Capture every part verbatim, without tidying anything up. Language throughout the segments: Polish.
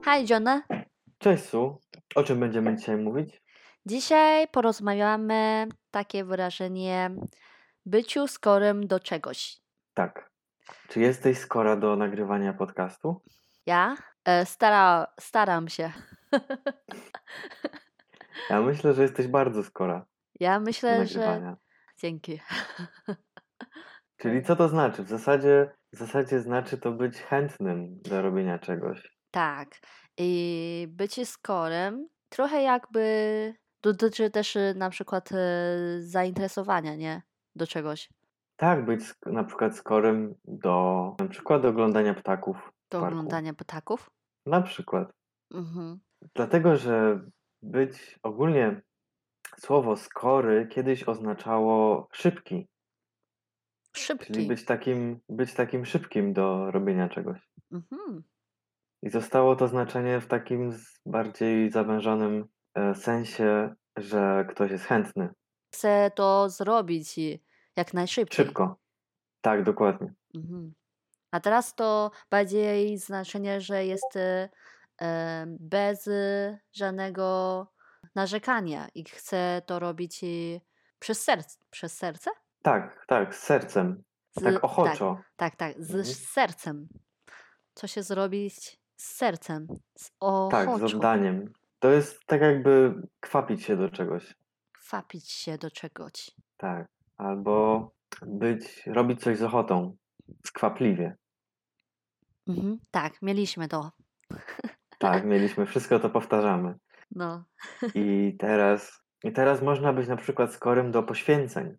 Hi, John. Cześć, Su. O czym będziemy dzisiaj mówić? Dzisiaj porozmawiamy takie wyrażenie byciu skorym do czegoś. Tak. Czy jesteś skora do nagrywania podcastu? Ja e, stara, staram się. Ja myślę, że jesteś bardzo skora Ja do myślę, że nagrywania. dzięki. Czyli co to znaczy? W zasadzie, w zasadzie znaczy to być chętnym do robienia czegoś. Tak. I bycie skorym trochę jakby dotyczy też e, na przykład e, zainteresowania, nie? Do czegoś. Tak, być sk- na przykład skorym do na przykład do oglądania ptaków w Do parku. oglądania ptaków. Na przykład. Mhm. Dlatego, że być ogólnie słowo skory kiedyś oznaczało szybki, czyli Szybki. być takim, być takim szybkim do robienia czegoś. Mhm. I zostało to znaczenie w takim z bardziej zawężonym e, sensie, że ktoś jest chętny. Chcę to zrobić i jak najszybciej. Szybko. Tak, dokładnie. Mhm. A teraz to bardziej znaczenie, że jest e, e, bez e, żadnego narzekania i chce to robić e, przez serce. Przez serce? Tak, tak, z sercem. Tak Z, tak, ochoczo. tak, tak, z Mhm. sercem. Co się zrobić z sercem, z Tak, z ochoczo, oddaniem. To jest tak jakby kwapić się do czegoś. kwapić się do czegoś. Tak. Albo być, robić coś z ochotą. Skwapliwie. Mhm, tak, mieliśmy to. Tak, mieliśmy, wszystko to powtarzamy. No. I teraz, i teraz można być na przykład skorym do poświęceń,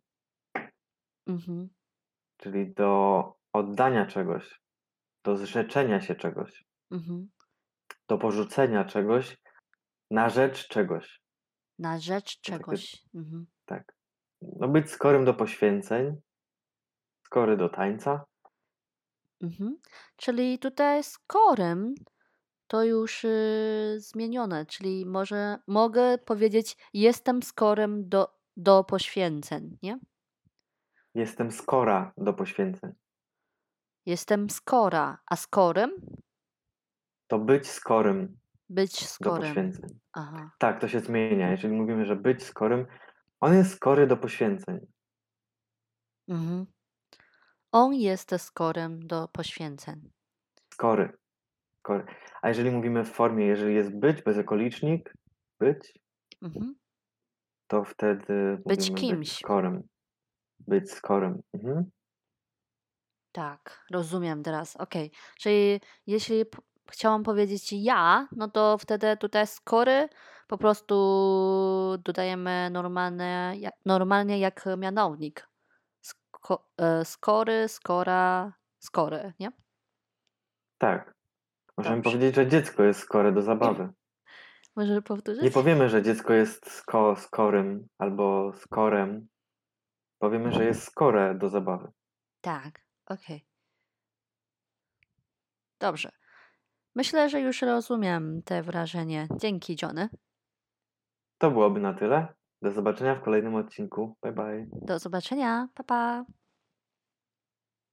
Mhm, czyli do oddania czegoś, do zrzeczenia się czegoś, mhm. do porzucenia czegoś na rzecz czegoś. Na rzecz To takie, czegoś. Mhm. tak. No być skorym do poświęceń, skory do tańca. Mhm. Czyli tutaj skorem to już y, zmienione, czyli może mogę powiedzieć jestem skorem do, do poświęceń, nie? Jestem skora do poświęceń. Jestem skora, a skorem To być skorym być do skorem. poświęceń. Aha. Tak, to się zmienia. Jeżeli mówimy, że być skorym, on jest skory do poświęceń. Mhm. On jest skorem do poświęceń. Skory. Skory. A jeżeli mówimy w formie, jeżeli jest być, bezokolicznik, być, Mhm. to wtedy Być mówimy być kimś. skorym. Być skorym. Mhm. Tak, rozumiem teraz. Okej. Czyli jeśli p- chciałam powiedzieć ja, no to wtedy tutaj skory po prostu dodajemy normalne, jak, normalnie jak mianownik. Sko, e, skory, skora, skory, nie? Tak. Możemy Dobrze. powiedzieć, że dziecko jest skore do zabawy. Może Nie powtórzyć? powiemy, że dziecko jest sko skorym albo skorem. Powiemy, że jest skore do zabawy. Tak, okej. Dobrze. Myślę, że już rozumiem te wrażenie. Dzięki, Johnny. To byłoby na tyle. Do zobaczenia w kolejnym odcinku. Bye bye. Do zobaczenia. Pa, pa.